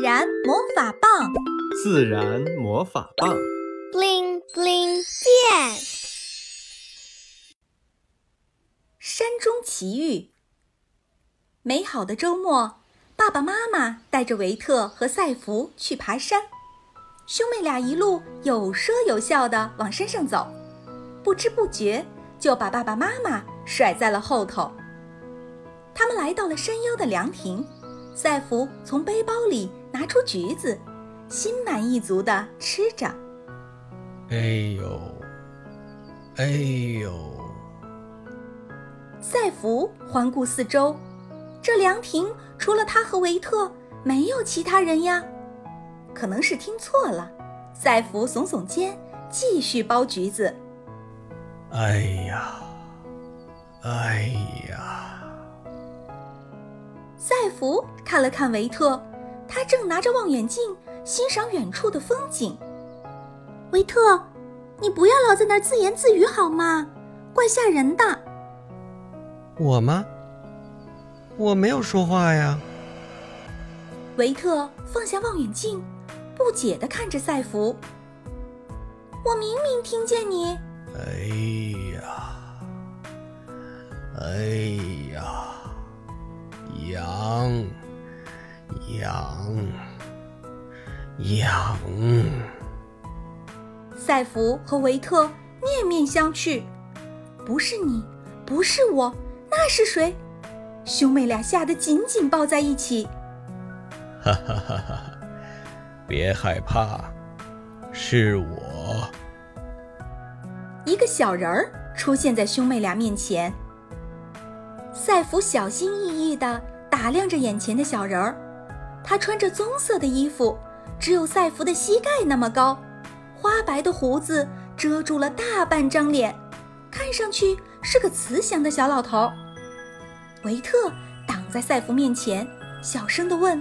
然魔法棒， 自然魔法棒 ，bling bling 变。 山中奇遇。美好的周末，爸爸妈妈带着维特和赛弗去爬山。兄妹俩一路有说有笑地往山上走，不知不觉就把爸爸妈妈甩在了后头。他们来到了山腰的凉亭，赛弗从背包里拿出橘子，心满意足地吃着。 哎呦，哎呦！ 赛弗环顾四周，这凉亭除了他和维特，没有其他人呀。可能是听错了，赛弗耸耸肩，继续剥橘子。 哎呀，哎呀！ 赛弗看了看维特，他正拿着望远镜欣赏远处的风景。维特，你不要老在那儿自言自语好吗？怪吓人的。 我吗？我没有说话呀。 维特放下望远镜，不解地看着赛弗。我明明听见你。 哎呀，哎呀，痒，痒，痒！ 赛弗和维特面面相觑。不是你，不是我，那是谁？兄妹俩吓得紧紧抱在一起。 哈哈哈哈！别害怕，是我。 一个小人儿出现在兄妹俩面前。赛弗小心翼翼地打量着眼前的小人儿，他穿着棕色的衣服，只有赛弗的膝盖那么高，花白的胡子遮住了大半张脸，看上去是个慈祥的小老头。维特挡在赛弗面前，小声地问：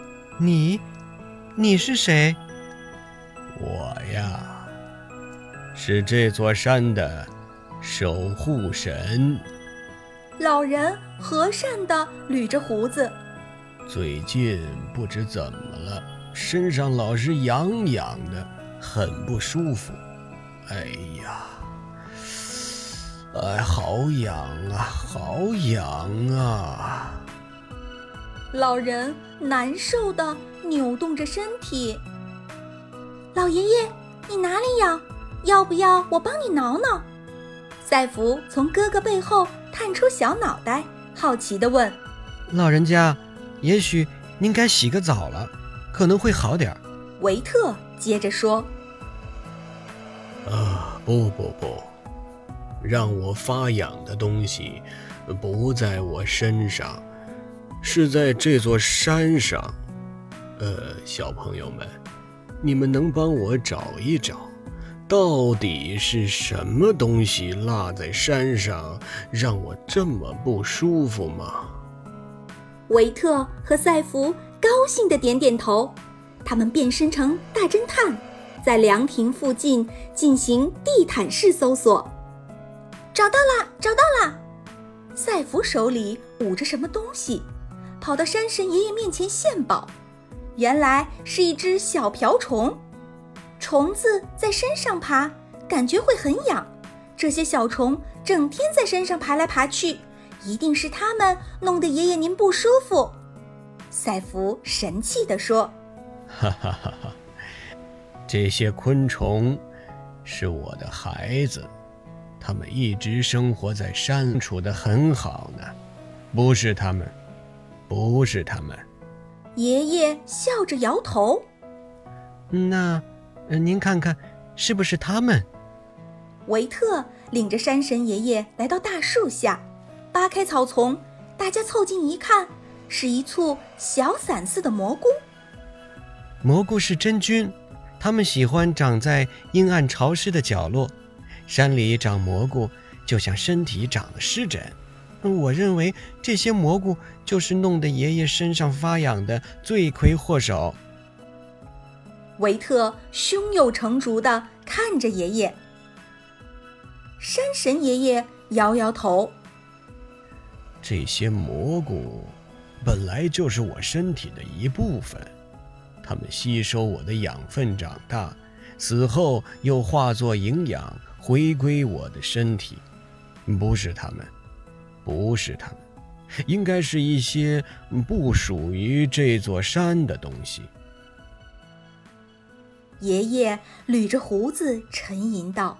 你是谁？我呀，是这座山的守护神。 老人和善地捋着胡子。 最近不知怎么了，身上老是痒痒的，很不舒服。哎呀，哎，好痒啊，好痒啊！ 老人难受地扭动着身体。老爷爷，你哪里痒？要不要我帮你挠挠？赛弗从哥哥背后探出小脑袋，好奇地问： 老人家，也许您该洗个澡了，可能会好点。 维特接着说： 不，让我发痒的东西不在我身上，是在这座山上。小朋友们，你们能帮我找一找，到底是什么东西落在山上，让我这么不舒服吗？ 维特和赛弗高兴地点点头，他们变身成大侦探，在凉亭附近进行地毯式搜索。找到啦！赛弗手里捂着什么东西，跑到山神爷爷面前献宝。原来是一只小瓢虫，虫子在身上爬，感觉会很痒。这些小虫整天在身上爬来爬去，一定是它们弄得爷爷您不舒服。赛弗神气地说： 哈哈哈哈，这些昆虫是我的孩子，他们一直生活在山，处得很好呢。不是他们。 爷爷笑着摇头。 那您看看是不是他们？ 维特领着山神爷爷来到大树下，扒开草丛，大家凑近一看，是一簇小伞似的蘑菇。 蘑菇是真菌，它们喜欢长在阴暗潮湿的角落。山里长蘑菇就像身体长了湿疹。我认为这些蘑菇就是弄得爷爷身上发痒的罪魁祸首。 维特胸有成竹地看着爷爷。山神爷爷摇摇头： 这些蘑菇本来就是我身体的一部分， 它们吸收我的养分长大，死后又化作营养回归我的身体。不是它们，应该是一些不属于这座山的东西。 爷爷捋着胡子沉吟道：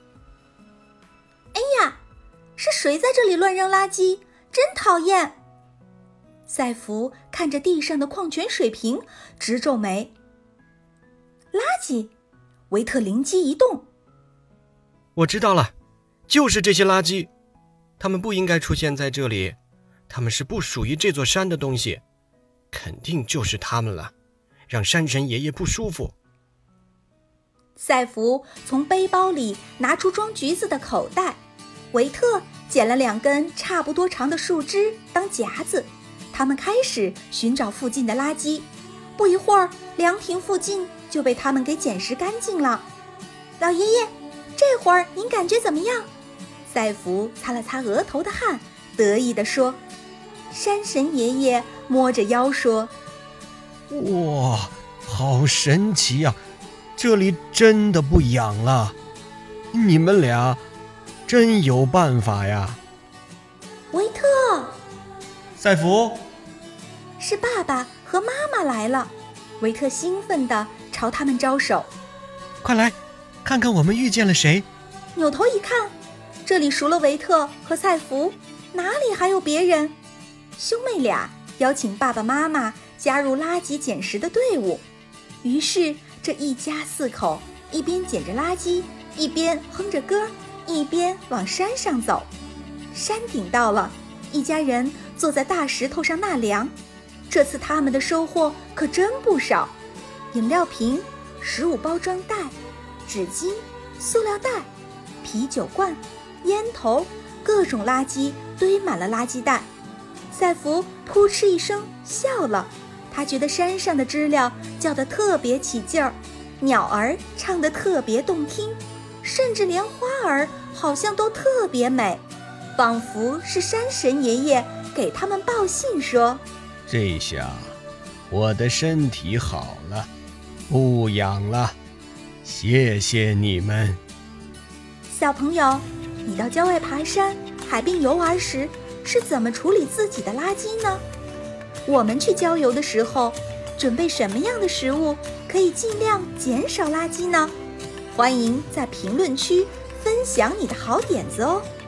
哎呀，是谁在这里乱扔垃圾？真讨厌！赛弗看着地上的矿泉水瓶，直皱眉。垃圾！维特灵机一动， 我知道了，就是这些垃圾，它们不应该出现在这里，它们是不属于这座山的东西，肯定就是它们了，让山神爷爷不舒服。 赛弗从背包里拿出装橘子的口袋，维特捡了2根差不多长的树枝当夹子，他们开始寻找附近的垃圾。不一会儿，凉亭附近就被他们给捡拾干净了。老爷爷，这会儿您感觉怎么样？赛弗擦了擦额头的汗，得意地说。山神爷爷摸着腰说： 哇，好神奇呀！这里真的不痒了，你们俩真有办法呀！ 维特， 赛弗， 是爸爸和妈妈来了。维特兴奋地朝他们招手。 快来，看看我们遇见了谁。 扭头一看，这里除了维特和赛弗，哪里还有别人？兄妹俩邀请爸爸妈妈加入垃圾捡拾的队伍。于是这一家4口一边捡着垃圾，一边哼着歌，一边往山上走。山顶到了，一家人坐在大石头上纳凉。这次他们的收获可真不少，饮料瓶、食物包装袋、纸巾、塑料袋、啤酒罐、烟头，各种垃圾堆满了垃圾袋。赛弗扑哧一声笑了，他觉得山上的知了叫得特别起劲儿，鸟儿唱得特别动听，甚至连花儿好像都特别美，仿佛是山神爷爷给他们报信说： 这下我的身体好了，不痒了，谢谢你们。 小朋友，你到郊外爬山、海边游玩时是怎么处理自己的垃圾呢？我们去郊游的时候，准备什么样的食物可以尽量减少垃圾呢？欢迎在评论区分享你的好点子哦。